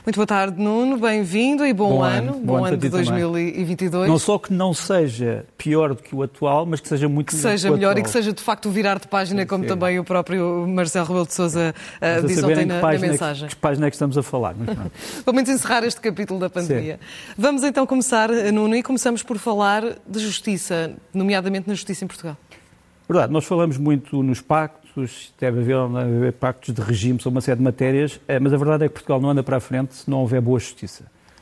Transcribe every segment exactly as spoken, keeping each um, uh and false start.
Muito boa tarde, Nuno. Bem-vindo e bom, bom ano. ano. Bom, bom ano de dois mil e vinte e dois. Não só que não seja pior do que o atual, mas que seja muito que melhor. Seja melhor e que seja de facto o virar de página, como Sim. também o próprio Marcelo Rebelo de Sousa uh, disse ontem na, na mensagem. Que página é que estamos a falar? Vamos encerrar este capítulo da pandemia. Sim. Vamos então começar, Nuno, e começamos por falar de justiça, nomeadamente na justiça em Portugal. Verdade, nós falamos muito nos pactos, deve haver, haver pactos de regime sobre uma série de matérias, mas a verdade é que Portugal não anda para a frente se não houver boa justiça.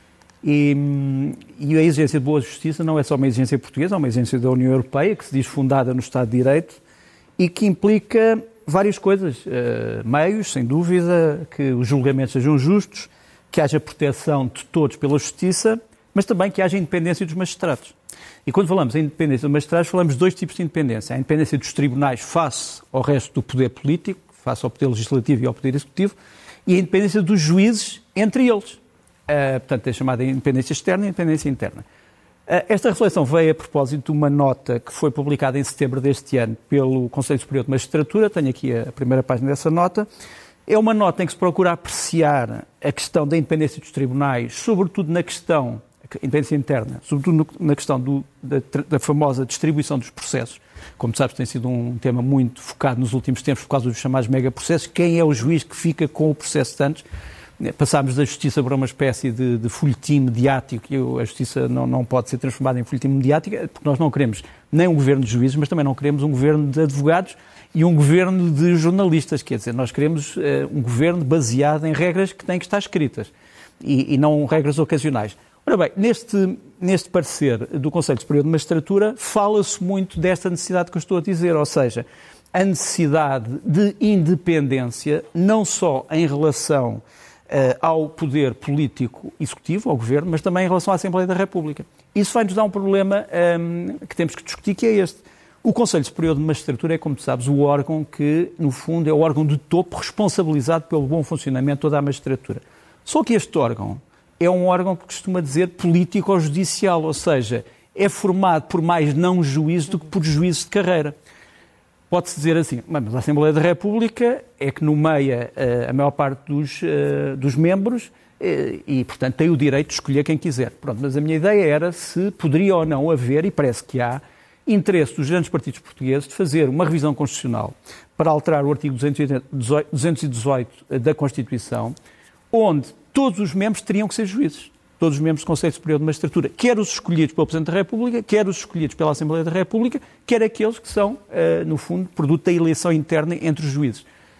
E, e a exigência de boa justiça não é só uma exigência portuguesa, é uma exigência da União Europeia, que se diz fundada no Estado de Direito e que implica várias coisas. Uh, meios, sem dúvida, que os julgamentos sejam justos, que haja proteção de todos pela justiça, mas também que haja independência dos magistrados. E quando falamos em independência dos magistrados, falamos de dois tipos de independência. A independência dos tribunais face ao resto do poder político, face ao poder legislativo e ao poder executivo, e a independência dos juízes entre eles. Uh, portanto, é chamada independência externa e independência interna. Uh, esta reflexão veio a propósito de uma nota que foi publicada em setembro deste ano pelo Conselho Superior de Magistratura. Tenho aqui a primeira página dessa nota. É uma nota em que se procura apreciar a questão da independência dos tribunais, sobretudo na questão independência interna, sobretudo na questão do, da, da famosa distribuição dos processos. Como sabes, tem sido um tema muito focado nos últimos tempos por causa dos chamados megaprocessos. Quem é o juiz que fica com o processo de antes? Passámos da justiça para uma espécie de, de folhetim mediático, e a justiça não, não pode ser transformada em folhetim mediático, porque nós não queremos nem um governo de juízes, mas também não queremos um governo de advogados e um governo de jornalistas. Quer dizer, nós queremos uh, um governo baseado em regras que têm que estar escritas e, e não regras ocasionais. Ora bem, neste, neste parecer do Conselho Superior de Magistratura fala-se muito desta necessidade que eu estou a dizer, ou seja, a necessidade de independência não só em relação uh, ao poder político executivo, ao Governo, mas também em relação à Assembleia da República. Isso vai-nos dar um problema um, que temos que discutir, que é este. O Conselho Superior de Magistratura é, como tu sabes, o órgão que, no fundo, é o órgão de topo responsabilizado pelo bom funcionamento de toda a magistratura. Só que este órgão é um órgão que costuma dizer político ou judicial, ou seja, é formado por mais não juízes do que por juízes de carreira. Pode-se dizer assim, mas a Assembleia da República é que nomeia uh, a maior parte dos, uh, dos membros uh, e, portanto, tem o direito de escolher quem quiser. Pronto, mas a minha ideia era se poderia ou não haver, e parece que há, interesse dos grandes partidos portugueses de fazer uma revisão constitucional para alterar o artigo duzentos e dezoito da Constituição, onde todos os membros teriam que ser juízes. Todos os membros do Conselho Superior de Magistratura, quer os escolhidos pelo Presidente da República, quer os escolhidos pela Assembleia da República, quer aqueles que são, no fundo, produto da eleição interna entre os juízes.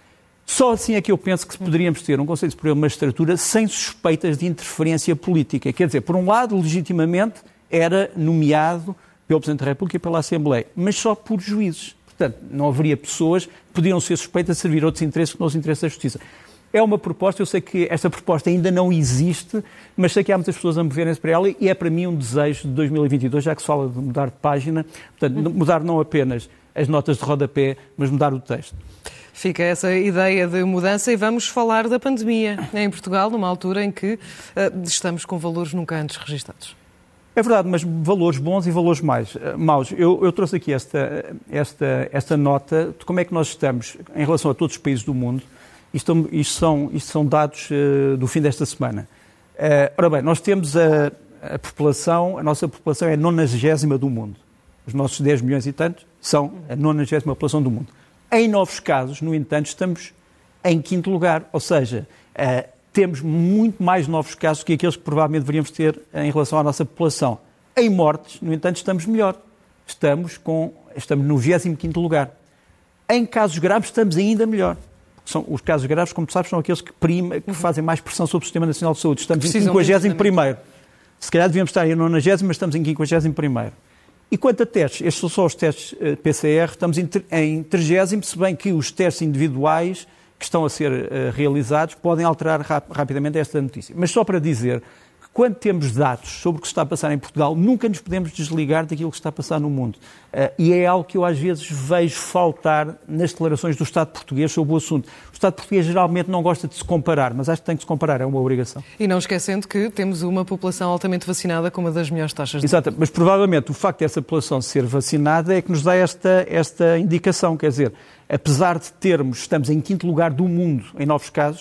Só assim é que eu penso que poderíamos ter um Conselho Superior de Magistratura sem suspeitas de interferência política. Quer dizer, por um lado, legitimamente, era nomeado pelo Presidente da República e pela Assembleia, mas só por juízes. Portanto, não haveria pessoas que podiam ser suspeitas de servir outros interesses que não os interesses da Justiça. É uma proposta, eu sei que esta proposta ainda não existe, mas sei que há muitas pessoas a moverem-se para ela e é para mim um desejo de dois mil e vinte e dois, já que se fala de mudar de página, portanto, mudar não apenas as notas de rodapé, mas mudar o texto. Fica essa ideia de mudança e vamos falar da pandemia em Portugal, numa altura em que uh, estamos com valores nunca antes registados. É verdade, mas valores bons e valores mais, uh, maus. Eu, eu trouxe aqui esta, esta, esta nota de como é que nós estamos em relação a todos os países do mundo. Isto, isto, são, isto são dados uh, do fim desta semana. Uh, ora bem, nós temos a, a população, a nossa população é a nonagésima do mundo. Os nossos dez milhões e tantos são a nonagésima população do mundo. Em novos casos, no entanto, estamos em quinto lugar. Ou seja, uh, temos muito mais novos casos que aqueles que provavelmente deveríamos ter em relação à nossa população. Em mortes, no entanto, estamos melhor. Estamos, com, estamos no vigésimo quinto lugar. Em casos graves, estamos ainda melhor. São, os casos graves, como tu sabes, são aqueles que, prima, que fazem mais pressão sobre o Sistema Nacional de Saúde. Estamos em quinquagésimo primeiro. Se calhar devíamos estar em nonagésimo, mas estamos em quinquagésimo primeiro. E quanto a testes, estes são só os testes uh, P C R, estamos em, em trigésimo, se bem que os testes individuais que estão a ser uh, realizados podem alterar rap- rapidamente esta notícia. Mas só para dizer que quando temos dados sobre o que se está a passar em Portugal, nunca nos podemos desligar daquilo que está a passar no mundo. Uh, e é algo que eu às vezes vejo faltar nas declarações do Estado português sobre o assunto. O Estado português geralmente não gosta de se comparar, mas acho que tem que se comparar, é uma obrigação. E não esquecendo que temos uma população altamente vacinada com uma das melhores taxas de... Exato, mas provavelmente o facto dessa população ser vacinada é que nos dá esta, esta indicação, quer dizer, apesar de termos, estamos em quinto lugar do mundo em novos casos,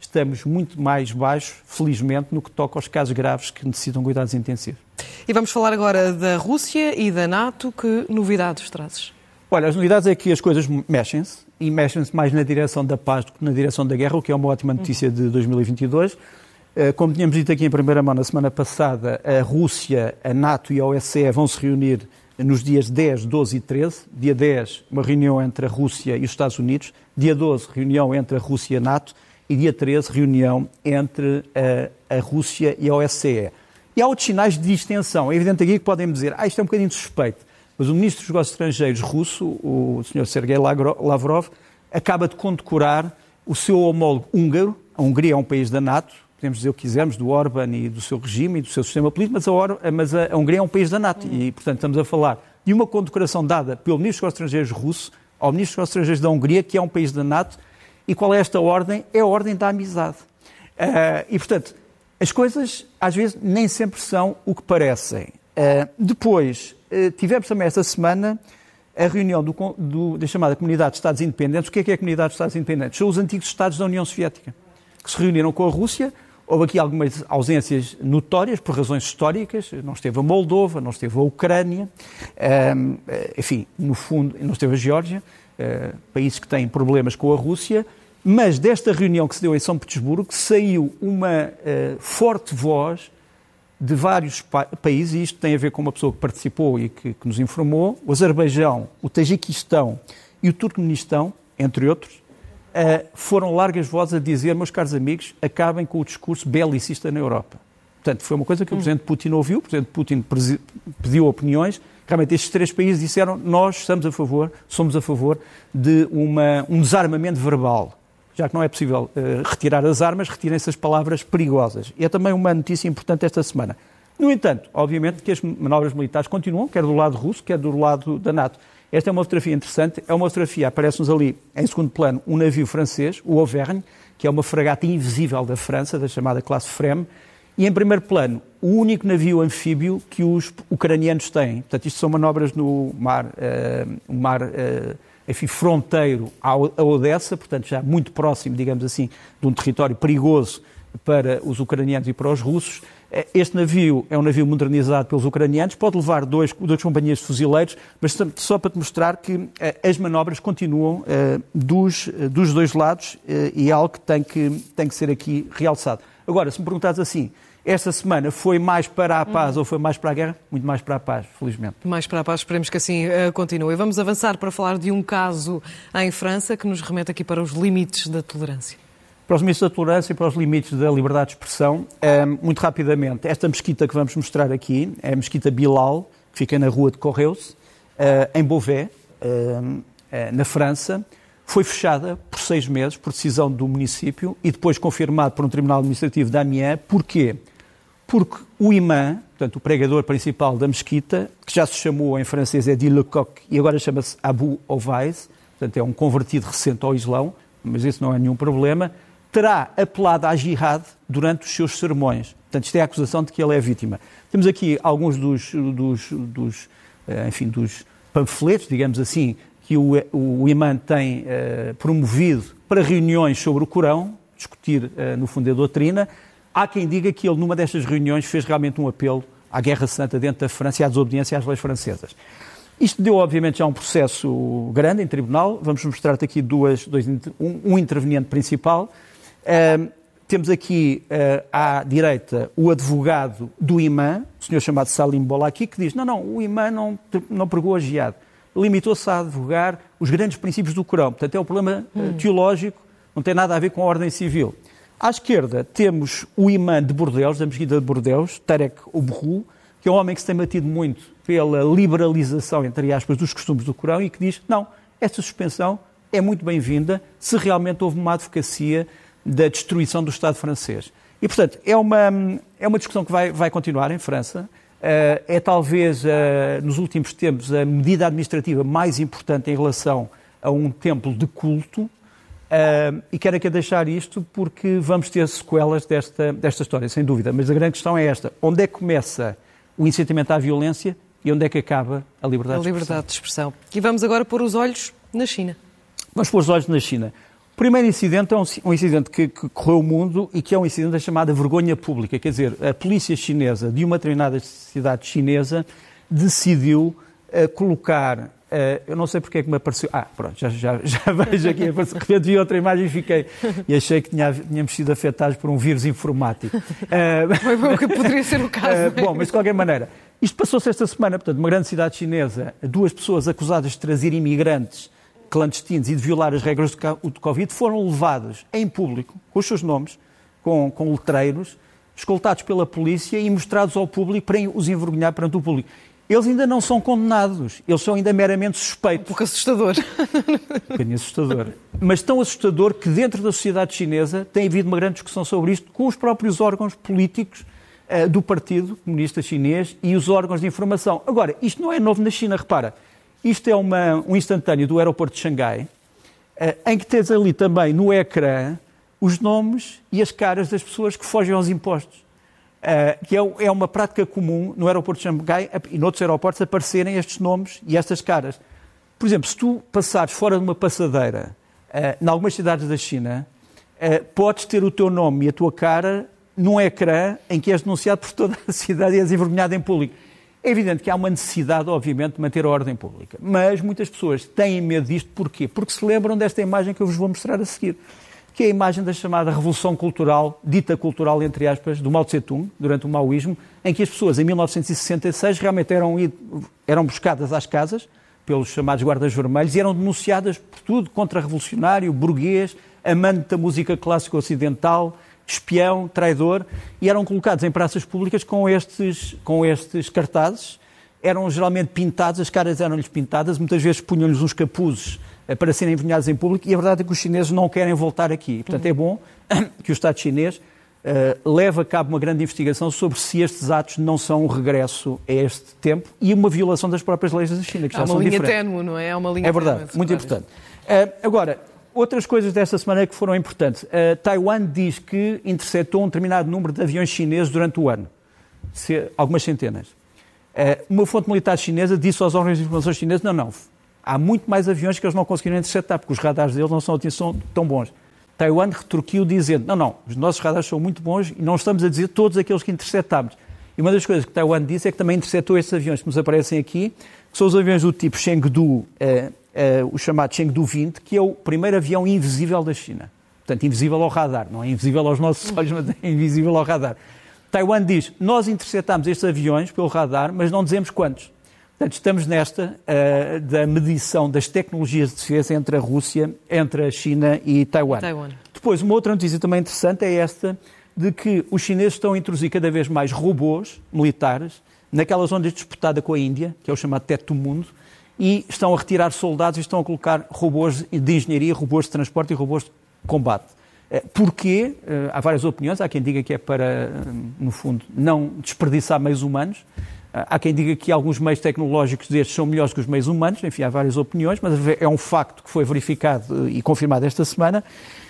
estamos muito mais baixos, felizmente, no que toca aos casos graves que necessitam cuidados intensivos. E vamos falar agora da Rússia e da NATO. Que novidades trazes? Olha, as novidades é que as coisas mexem-se, e mexem-se mais na direção da paz do que na direção da guerra, o que é uma ótima notícia de dois mil e vinte e dois. Como tínhamos dito aqui em primeira mão na semana passada, a Rússia, a NATO e a O S C E vão se reunir nos dias dez, doze e treze. Dia dez, uma reunião entre a Rússia e os Estados Unidos. Dia doze, reunião entre a Rússia e a NATO. E dia treze, reunião entre a, a Rússia e a O S C E. E há outros sinais de distensão. É evidente aqui que podem dizer, ah, isto é um bocadinho suspeito. Mas o Ministro dos Negócios Estrangeiros russo, o senhor Sergei Lavrov, acaba de condecorar o seu homólogo húngaro. A Hungria é um país da NATO, podemos dizer o que quisermos, do Orbán e do seu regime e do seu sistema político, mas a, Or- mas a, a Hungria é um país da NATO. E, portanto, estamos a falar de uma condecoração dada pelo Ministro dos Negócios Estrangeiros russo ao Ministro dos Negócios Estrangeiros da Hungria, que é um país da NATO. E qual é esta ordem? É a ordem da amizade. Uh, e, portanto, as coisas, às vezes, nem sempre são o que parecem. Uh, depois, uh, tivemos também esta semana a reunião do, do, da chamada Comunidade de Estados Independentes. O que é que é a Comunidade de Estados Independentes? São os antigos Estados da União Soviética, que se reuniram com a Rússia. Houve aqui algumas ausências notórias, por razões históricas. Não esteve a Moldova, não esteve a Ucrânia, uh, enfim, no fundo, não esteve a Geórgia, uh, países que têm problemas com a Rússia. Mas desta reunião que se deu em São Petersburgo saiu uma uh, forte voz de vários pa- países, e isto tem a ver com uma pessoa que participou e que, que nos informou, o Azerbaijão, o Tajiquistão e o Turcomenistão, entre outros, uh, foram largas vozes a dizer, meus caros amigos, acabem com o discurso belicista na Europa. Portanto, foi uma coisa que o Presidente Putin ouviu, o Presidente Putin presi- pediu opiniões. Realmente estes três países disseram, nós estamos a favor, somos a favor de uma, um desarmamento verbal. Já que não é possível uh, retirar as armas, retirem-se as palavras perigosas. E é também uma notícia importante esta semana. No entanto, obviamente que as manobras militares continuam, quer do lado russo, quer do lado da NATO. Esta é uma fotografia interessante, é uma fotografia, aparece-nos ali em segundo plano um navio francês, o Auvergne, que é uma fragata invisível da França, da chamada classe Freme, e em primeiro plano, o único navio anfíbio que os ucranianos têm. Portanto, isto são manobras no mar, uh, um mar uh, enfim, fronteiro a Odessa, portanto já muito próximo, digamos assim, de um território perigoso para os ucranianos e para os russos. Este navio é um navio modernizado pelos ucranianos, pode levar dois, duas companhias de fuzileiros, mas só para te mostrar que uh, as manobras continuam uh, dos, uh, dos dois lados uh, e é algo que tem, que tem que ser aqui realçado. Agora, se me perguntares assim, esta semana foi mais para a paz uhum. ou foi mais para a guerra? Muito mais para a paz, felizmente. Mais para a paz, esperemos que assim uh, continue. Vamos avançar para falar de um caso em França que nos remete aqui para os limites da tolerância. Para os limites da tolerância e para os limites da liberdade de expressão, um, muito rapidamente, esta mesquita que vamos mostrar aqui é a mesquita Bilal, que fica na rua de Correus, uh, em Beauvais, uh, uh, na França. Foi fechada por seis meses, por decisão do município, e depois confirmado por um tribunal administrativo de Amiens. Porquê? Porque o imã, portanto o pregador principal da mesquita, que já se chamou em francês Edil Lecoq e agora chama-se Abu Ovaise, portanto é um convertido recente ao Islão, mas isso não é nenhum problema, terá apelado à jihad durante os seus sermões. Portanto, isto é a acusação de que ele é vítima. Temos aqui alguns dos, dos, dos, enfim, dos panfletos, digamos assim, que o, o imã tem uh, promovido para reuniões sobre o Corão, discutir, uh, no fundo, a doutrina. Há quem diga que ele, numa destas reuniões, fez realmente um apelo à Guerra Santa dentro da França e à desobediência às leis francesas. Isto deu, obviamente, já um processo grande em tribunal. Vamos mostrar-te aqui duas, dois, um, um interveniente principal. Uh, temos aqui uh, à direita o advogado do imã, o senhor chamado Salim Bolaki, que diz, não, não, o imã não, não pregou a jihad. Limitou-se a advogar os grandes princípios do Corão. Portanto, é um problema hum. teológico, não tem nada a ver com a ordem civil. À esquerda temos o imã de Bordeaux, da mesquita de Bordeaux, Tarek Obrou, que é um homem que se tem batido muito pela liberalização, entre aspas, dos costumes do Corão e que diz, não, esta suspensão é muito bem-vinda se realmente houve uma advocacia da destruição do Estado francês. E, portanto, é uma, é uma discussão que vai, vai continuar em França. Uh, é talvez, uh, nos últimos tempos, a medida administrativa mais importante em relação a um templo de culto. Uh, e quero aqui deixar isto porque vamos ter sequelas desta, desta história, sem dúvida. Mas a grande questão é esta. Onde é que começa o incitamento à violência e onde é que acaba a liberdade, a liberdade de expressão? E vamos agora pôr os olhos na China. Vamos pôr os olhos na China. primeiro incidente é um, um incidente que, que correu o mundo e que é um incidente da chamada vergonha pública. Quer dizer, a polícia chinesa de uma determinada cidade chinesa decidiu uh, colocar, uh, eu não sei porque é que me apareceu, ah, pronto, já, já, já vejo aqui, de repente vi outra imagem e fiquei, e achei que tinha, tínhamos sido afetados por um vírus informático. Uh, o que poderia ser o caso. Uh, bom, mas de qualquer maneira, isto passou-se esta semana, portanto, numa grande cidade chinesa, duas pessoas acusadas de trazer imigrantes clandestinos e de violar as regras do Covid foram levados em público, com os seus nomes, com, com letreiros, escoltados pela polícia e mostrados ao público para os envergonhar perante o público. Eles ainda não são condenados, eles são ainda meramente suspeitos. Um pouco assustador. Um bocadinho assustador. Mas tão assustador que dentro da sociedade chinesa tem havido uma grande discussão sobre isto com os próprios órgãos políticos uh, do Partido Comunista Chinês e os órgãos de informação. Agora, isto não é novo na China, repara. Isto é uma, um instantâneo do aeroporto de Xangai, uh, em que tens ali também no ecrã os nomes e as caras das pessoas que fogem aos impostos. Uh, que é, é uma prática comum no aeroporto de Xangai e noutros aeroportos aparecerem estes nomes e estas caras. Por exemplo, se tu passares fora de uma passadeira, uh, em algumas cidades da China, uh, podes ter o teu nome e a tua cara num ecrã em que és denunciado por toda a cidade e és envergonhado em público. É evidente que há uma necessidade, obviamente, de manter a ordem pública, mas muitas pessoas têm medo disto. Porquê? Porque se lembram desta imagem que eu vos vou mostrar a seguir, que é a imagem da chamada Revolução Cultural, dita cultural, entre aspas, do Mao Tse-tung, durante o maoísmo, em que as pessoas, em mil novecentos e sessenta e seis, realmente eram, eram buscadas às casas pelos chamados guardas vermelhos e eram denunciadas por tudo, contra-revolucionário, burguês, amante da música clássica ocidental, espião, traidor, e eram colocados em praças públicas com estes, com estes cartazes. Eram geralmente pintados, as caras eram-lhes pintadas, muitas vezes punham-lhes uns capuzes para serem envergonhados em público, e a verdade é que os chineses não querem voltar aqui. Portanto, é bom que o Estado chinês uh, leve a cabo uma grande investigação sobre se estes atos não são um regresso a este tempo e uma violação das próprias leis da China, que já são diferentes. Há uma linha ténue, não é? Há uma linha É verdade, ténue, muito importante. Uh, agora, outras coisas desta semana que foram importantes. Uh, Taiwan diz que interceptou um determinado número de aviões chineses durante o ano, se, algumas centenas. Uh, uma fonte militar chinesa disse aos órgãos de informação chineses, não, não, há muito mais aviões que eles não conseguiram interceptar, porque os radares deles não são, são tão bons. Taiwan retorquiu dizendo, não, não, os nossos radares são muito bons e não estamos a dizer todos aqueles que interceptámos. E uma das coisas que Taiwan disse é que também interceptou estes aviões que nos aparecem aqui, que são os aviões do tipo Chengdu, uh, uh, o chamado Chengdu vinte, que é o primeiro avião invisível da China. Portanto, invisível ao radar, não é invisível aos nossos olhos, mas é invisível ao radar. Taiwan diz, nós interceptámos estes aviões pelo radar, mas não dizemos quantos. Portanto, estamos nesta uh, da medição das tecnologias de defesa entre a Rússia, entre a China e Taiwan. Taiwan. Depois, uma outra notícia também interessante é esta, de que os chineses estão a introduzir cada vez mais robôs militares naquela zona disputada com a Índia, que é o chamado teto do mundo, e estão a retirar soldados e estão a colocar robôs de engenharia, robôs de transporte e robôs de combate. Porquê? Há várias opiniões. Há quem diga que é para, no fundo, não desperdiçar meios humanos. Há quem diga que alguns meios tecnológicos destes são melhores que os meios humanos. Enfim, há várias opiniões, mas é um facto que foi verificado e confirmado esta semana.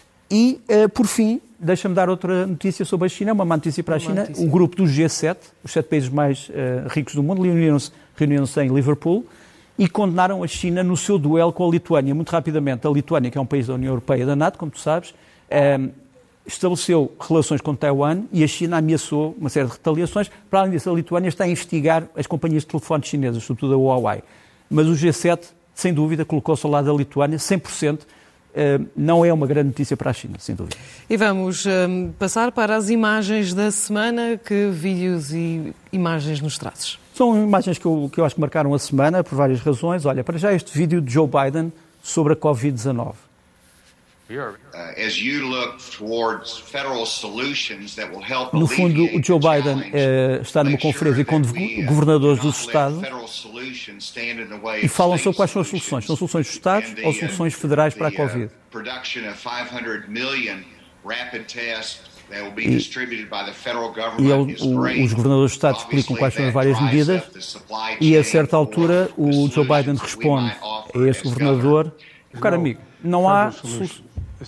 E, por fim, deixa-me dar outra notícia sobre a China, uma má notícia para a China. Notícia. O grupo do G sete, os sete países mais uh, ricos do mundo, reuniram-se, reuniram-se em Liverpool e condenaram a China no seu duelo com a Lituânia. Muito rapidamente, a Lituânia, que é um país da União Europeia e da NATO, como tu sabes, um, estabeleceu relações com Taiwan e a China ameaçou uma série de retaliações. Para além disso, a Lituânia está a investigar as companhias de telefones chinesas, sobretudo a Huawei. Mas o G sete, sem dúvida, colocou-se ao lado da Lituânia, cem por cento. Uh, não é uma grande notícia para a China, sem dúvida. E vamos um, passar para as imagens da semana. Que vídeos e imagens nos trazes? São imagens que eu, que eu acho que marcaram a semana, por várias razões. Olha, para já este vídeo de Joe Biden sobre a covid dezanove. No fundo, o Joe Biden uh, está numa conferência com governadores dos Estados e falam sobre quais são as soluções. São soluções dos Estados ou soluções federais para a Covid? E, e ele, o, os governadores dos Estados explicam quais são as várias medidas e, a certa altura, o Joe Biden responde a este governador: caro amigo, não há solução.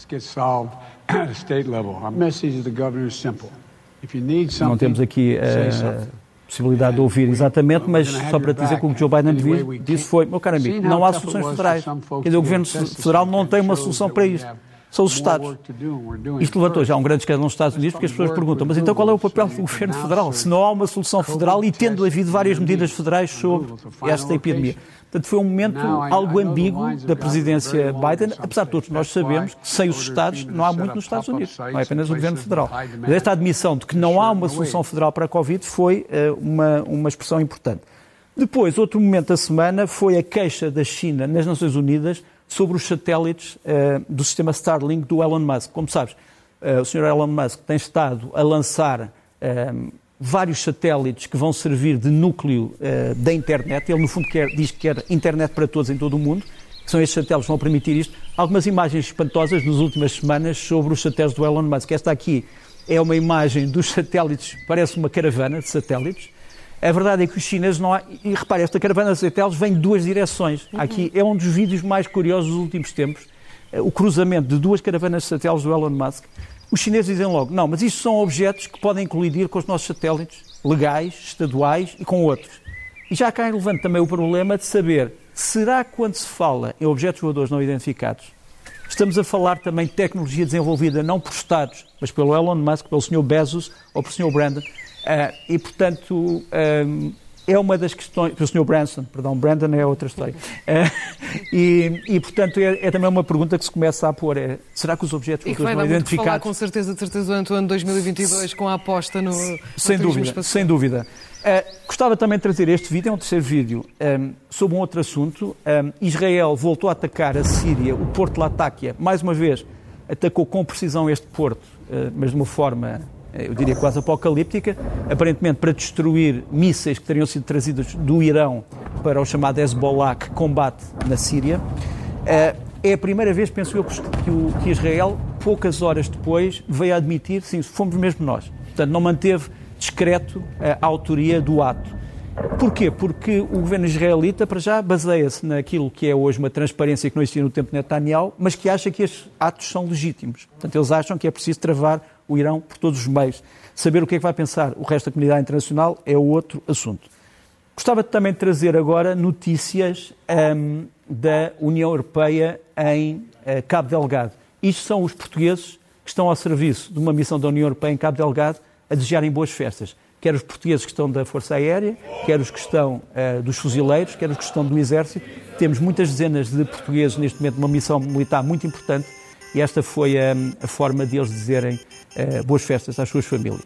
Não temos aqui a possibilidade de ouvir exatamente, mas só para te dizer que o que Joe Biden disse foi: meu caro amigo, não há soluções federais. Quer dizer, o governo federal não tem uma solução para isto. são os Estados. Isto levantou já um grande escândalo nos Estados Unidos, porque as pessoas perguntam, mas então qual é o papel do Governo Federal? Se não há uma solução federal e tendo havido várias medidas federais sobre esta epidemia. Portanto, foi um momento algo ambíguo da presidência Biden, apesar de todos nós sabemos que sem os Estados não há muito nos Estados Unidos, não é apenas o Governo Federal. Mas esta admissão de que não há uma solução federal para a Covid foi uh, uma, uma expressão importante. Depois, outro momento da semana foi a queixa da China nas Nações Unidas sobre os satélites uh, do sistema Starlink do Elon Musk. Como sabes, uh, o senhor Elon Musk tem estado a lançar uh, vários satélites que vão servir de núcleo uh, da internet. Ele, no fundo, quer, diz que quer internet para todos em todo o mundo. São estes satélites que vão permitir isto. Algumas imagens espantosas nas últimas semanas sobre os satélites do Elon Musk. Esta aqui é uma imagem dos satélites, parece uma caravana de satélites. A verdade é que os chineses não há... E repare, esta caravana de satélites vem de duas direções. Aqui é um dos vídeos mais curiosos dos últimos tempos. O cruzamento de duas caravanas de satélites do Elon Musk. Os chineses dizem logo, não, mas isto são objetos que podem colidir com os nossos satélites legais, estaduais e com outros. E já cá levanta também o problema de saber, será que quando se fala em objetos voadores não identificados, estamos a falar também de tecnologia desenvolvida não por Estados, mas pelo Elon Musk, pelo senhor Bezos ou pelo senhor Brandon. Uh, e, portanto, um, é uma das questões... Pelo senhor Branson, perdão, Brandon é outra história. Uh, e, e, portanto, é, é também uma pergunta que se começa a pôr. É, será que os objetos e que voadores não identificados... falar com certeza, de certeza, durante o ano dois mil e vinte e dois, com a aposta no, no sem dúvida, espacial. Sem dúvida. Uh, gostava também de trazer este vídeo, é um terceiro vídeo, um, sobre um outro assunto. Um, Israel voltou a atacar a Síria, o porto de Latáquia. Mais uma vez, atacou com precisão este porto, uh, mas de uma forma... eu diria quase apocalíptica, aparentemente para destruir mísseis que teriam sido trazidos do Irão para o chamado Hezbollah, que combate na Síria. É a primeira vez, penso eu, que Israel, poucas horas depois, veio a admitir, sim, fomos mesmo nós. Portanto, não manteve discreto a autoria do ato. Porquê? Porque o governo israelita, para já, baseia-se naquilo que é hoje uma transparência que não existia no tempo de Netanyahu, mas que acha que estes atos são legítimos. Portanto, eles acham que é preciso travar o Irão por todos os meios. Saber o que é que vai pensar o resto da comunidade internacional é outro assunto. Gostava também de trazer agora notícias um, da União Europeia em uh, Cabo Delgado. Isto são os portugueses que estão ao serviço de uma missão da União Europeia em Cabo Delgado a desejarem boas festas. Quer os portugueses que estão da Força Aérea, quer os que estão uh, dos fuzileiros, quer os que estão do Exército. Temos muitas dezenas de portugueses neste momento numa missão militar muito importante e esta foi a, a forma de eles dizerem uh, boas festas às suas famílias.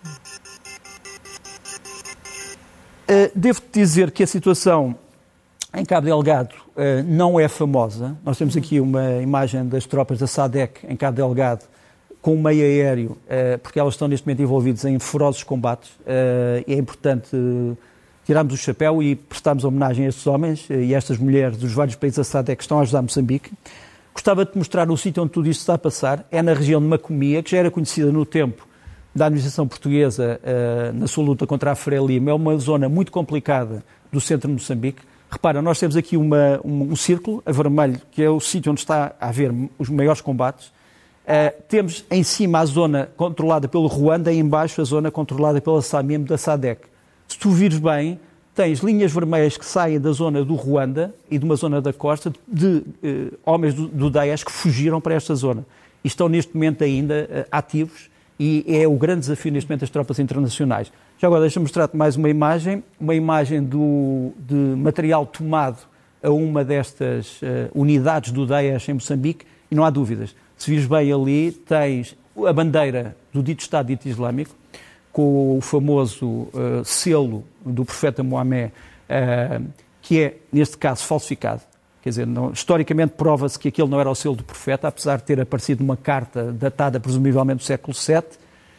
Uh, devo-te dizer que a situação em Cabo Delgado uh, não é famosa. Nós temos aqui uma imagem das tropas da SADC em Cabo Delgado com o meio aéreo, porque elas estão neste momento envolvidas em ferozes combates. É importante tirarmos o chapéu e prestarmos homenagem a estes homens e a estas mulheres dos vários países da SADC que estão a ajudar Moçambique. Gostava de mostrar o sítio onde tudo isto está a passar. É na região de Macomia, que já era conhecida no tempo da administração portuguesa na sua luta contra a Frelimo. É uma zona muito complicada do centro de Moçambique. Repara, nós temos aqui uma, um, um círculo a vermelho, que é o sítio onde está a haver os maiores combates. Uh, temos em cima a zona controlada pelo Ruanda e em baixo a zona controlada pela SAMIM da SADC. Se tu vires bem, tens linhas vermelhas que saem da zona do Ruanda e de uma zona da costa de uh, homens do, do Daesh que fugiram para esta zona. E estão neste momento ainda uh, ativos e é o grande desafio neste momento das tropas internacionais. Já agora deixa-me mostrar-te mais uma imagem, uma imagem do, de material tomado a uma destas uh, unidades do Daesh em Moçambique e não há dúvidas. Se vires bem ali, tens a bandeira do dito Estado dito Islâmico, com o famoso uh, selo do profeta Mohamed, uh, que é, neste caso, falsificado. Quer dizer, não, historicamente prova-se que aquele não era o selo do profeta, apesar de ter aparecido uma carta datada, presumivelmente, do século sete.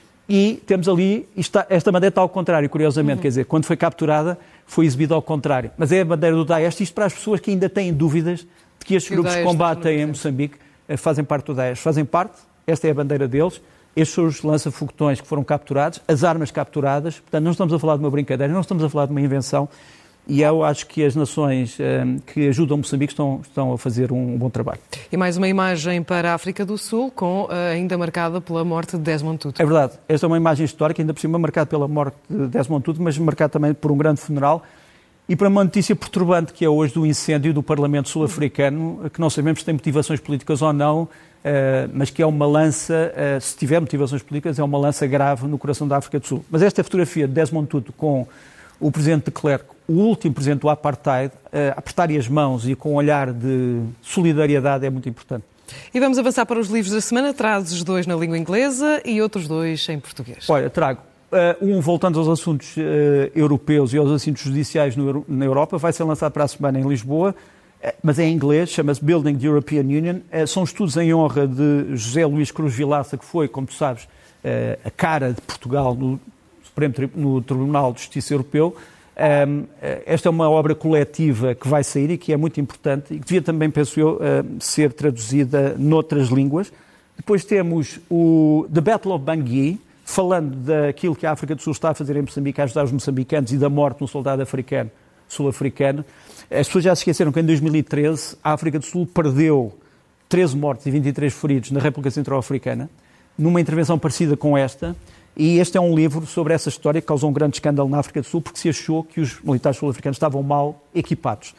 E temos ali, está, esta bandeira está ao contrário, curiosamente, uhum. Quer dizer, quando foi capturada, foi exibida ao contrário. Mas é a bandeira do Daesh, isto para as pessoas que ainda têm dúvidas de que estes que grupos combatem em Moçambique fazem parte do Daesh. Fazem parte, esta é a bandeira deles, estes são os lança-foguetões que foram capturados, as armas capturadas, portanto não estamos a falar de uma brincadeira, não estamos a falar de uma invenção e eu acho que as nações um, que ajudam Moçambique estão, estão a fazer um, um bom trabalho. E mais uma imagem para a África do Sul, com, uh, ainda marcada pela morte de Desmond Tutu. É verdade, esta é uma imagem histórica, ainda por cima marcada pela morte de Desmond Tutu, mas marcada também por um grande funeral. e para uma notícia perturbante que é hoje do incêndio do Parlamento sul-africano, que não sabemos se tem motivações políticas ou não, mas que é uma lança, se tiver motivações políticas, é uma lança grave no coração da África do Sul. Mas esta fotografia de Desmond Tutu com o presidente de Klerk, o último presidente do apartheid, apertar-lhe as mãos e com um olhar de solidariedade é muito importante. E vamos avançar para os livros da semana. Trazes dois na língua inglesa e outros dois em português. Olha, trago. Uh, um, voltando aos assuntos uh, europeus e aos assuntos judiciais no, na Europa, vai ser lançado para a semana em Lisboa, uh, mas é em inglês, chama-se Building the European Union. Uh, são estudos em honra de José Luís Cruz Vilaça, que foi, como tu sabes, uh, a cara de Portugal no, Supremo, no Tribunal de Justiça Europeu. Um, uh, esta é uma obra coletiva que vai sair e que é muito importante e que devia também, penso eu, uh, ser traduzida noutras línguas. Depois temos o The Battle of Bangui, falando daquilo que a África do Sul está a fazer em Moçambique, a ajudar os moçambicanos e da morte de um soldado africano, sul-africano. As pessoas já se esqueceram que em dois mil e treze a África do Sul perdeu treze mortos e vinte e três feridos na República Centro-Africana, numa intervenção parecida com esta, e este é um livro sobre essa história que causou um grande escândalo na África do Sul porque se achou que os militares sul-africanos estavam mal equipados.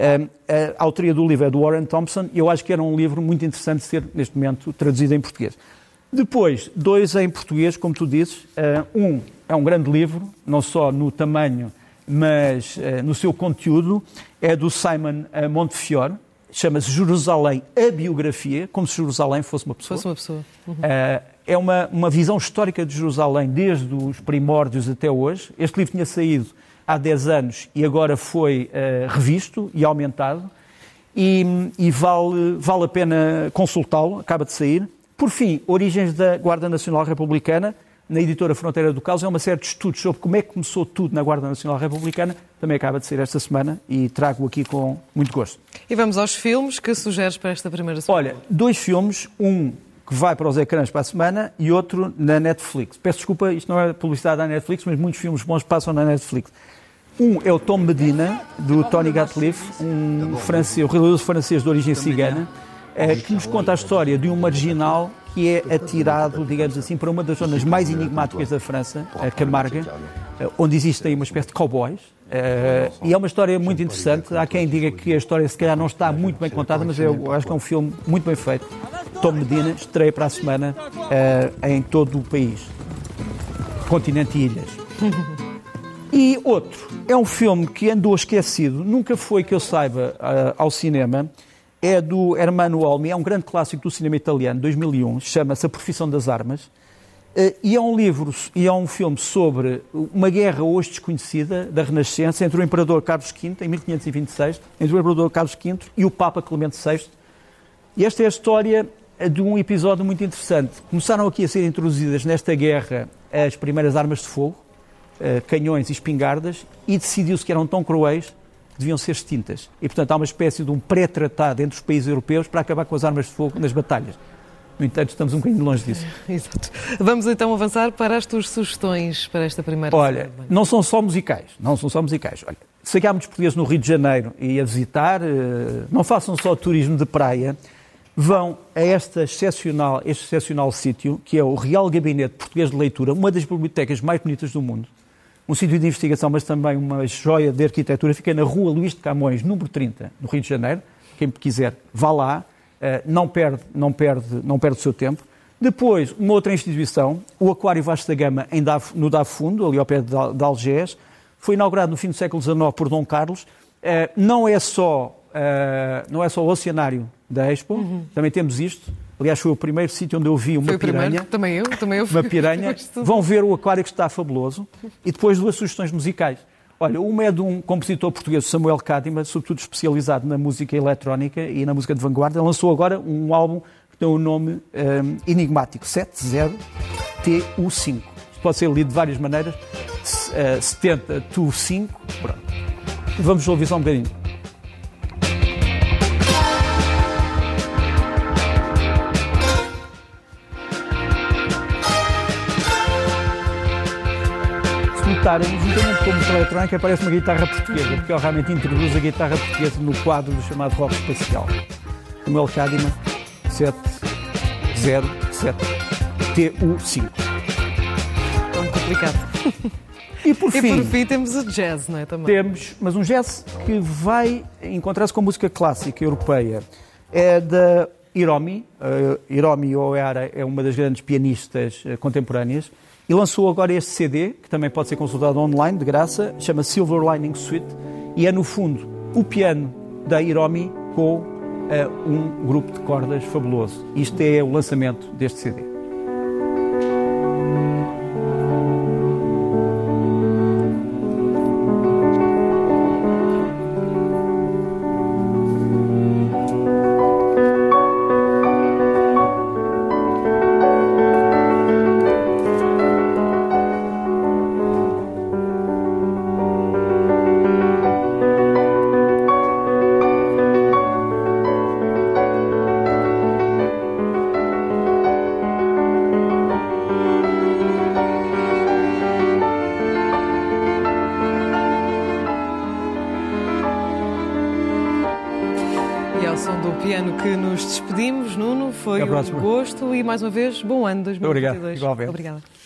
A autoria do livro é do Warren Thompson e eu acho que era um livro muito interessante de ser, neste momento, traduzido em português. Depois, dois em português, como tu dizes. Um é um grande livro, não só no tamanho, mas no seu conteúdo. É do Simon Montefiore, chama-se Jerusalém, a biografia, como se Jerusalém fosse uma pessoa. Fosse uma pessoa. Uhum. É uma, uma visão histórica de Jerusalém desde os primórdios até hoje. Este livro tinha saído há dez anos e agora foi uh, revisto e aumentado. E, e vale, vale a pena consultá-lo, acaba de sair. Por fim, Origens da Guarda Nacional Republicana, na editora Fronteira do Caos, é uma série de estudos sobre como é que começou tudo na Guarda Nacional Republicana, também acaba de sair esta semana e trago aqui com muito gosto. E vamos aos filmes que sugeres para esta primeira semana. Olha, dois filmes, um que vai para os ecrãs para a semana e outro na Netflix. Peço desculpa, isto não é publicidade da Netflix, mas muitos filmes bons passam na Netflix. Um é o Tom Medina, do Tony Gatliff, um francês, um religioso francês de origem cigana, que nos conta a história de um marginal que é atirado, digamos assim, para uma das zonas mais enigmáticas da França, a Camargue, onde existem uma espécie de cowboys. E é uma história muito interessante. Há quem diga que a história se calhar não está muito bem contada, mas eu acho que é um filme muito bem feito. Tom Medina estreia para a semana em todo o país, continente e ilhas. E outro, é um filme que andou esquecido, nunca foi que eu saiba ao cinema. É do Ermanno Olmi, é um grande clássico do cinema italiano, dois mil e um, chama-se A Profissão das Armas, e é um livro, e é um filme sobre uma guerra hoje desconhecida da Renascença entre o Imperador Carlos quinto, em mil quinhentos e vinte e seis, entre o Imperador Carlos quinto e o Papa Clemente sexto. E esta é a história de um episódio muito interessante. Começaram aqui a ser introduzidas nesta guerra as primeiras armas de fogo, canhões e espingardas, e decidiu-se que eram tão cruéis que deviam ser extintas. E, portanto, há uma espécie de um pré-tratado entre os países europeus para acabar com as armas de fogo nas batalhas. No entanto, estamos um bocadinho longe disso. Exato. Vamos então avançar para as tuas sugestões para esta primeira Olha, semana. não são só musicais. Não são só musicais. Olha, sei que há muitos portugueses no Rio de Janeiro e a visitar, não façam só turismo de praia, vão a esta excepcional, este excepcional sítio, que é o Real Gabinete Português de Leitura, uma das bibliotecas mais bonitas do mundo. Um sítio de investigação, mas também uma joia de arquitetura. Fica na Rua Luís de Camões, número trinta, no Rio de Janeiro. Quem quiser, vá lá. Não perde, não perde, não perde o seu tempo. Depois, uma outra instituição, o Aquário Vasco da Gama, em Dave, no Dave Fundo, ali ao pé de, de Algés. Foi inaugurado no fim do século dezenove por Dom Carlos. Não é só, não é só o oceanário da Expo, uhum. Também temos isto. Aliás, foi o primeiro sítio onde eu vi uma foi o piranha. Primeiro, também eu, também eu. Uma piranha. Vão ver o aquário que está fabuloso. E depois duas sugestões musicais. Olha, uma é de um compositor português, Samuel Cadima, sobretudo especializado na música eletrónica e na música de vanguarda. Ele lançou agora um álbum que tem um nome um, enigmático, setenta T U cinco. Isto pode ser lido de várias maneiras. Uh, setenta T U cinco. Pronto. Vamos ouvir só um bocadinho. Juntamente com a música eletrónica aparece uma guitarra portuguesa, porque ele realmente introduz a guitarra portuguesa no quadro do chamado rock espacial. Samuel Cadima, sete zero sete T U cinco. Tão complicado. E por, e fim, por fim temos o jazz, não é? Também. Temos, mas um jazz que vai encontrar-se com música clássica europeia. É da Hiromi. Uh, Hiromi Ohara é uma das grandes pianistas uh, contemporâneas e lançou agora este C D, que também pode ser consultado online, de graça, chama Silver Lining Suite, e é, no fundo, o piano da Hiromi com uh, um grupo de cordas fabuloso. Isto é o lançamento deste C D. E ao som do piano que nos despedimos, Nuno, foi um gosto e mais uma vez, bom ano dois mil e vinte e dois. Obrigado, igualmente. Obrigada.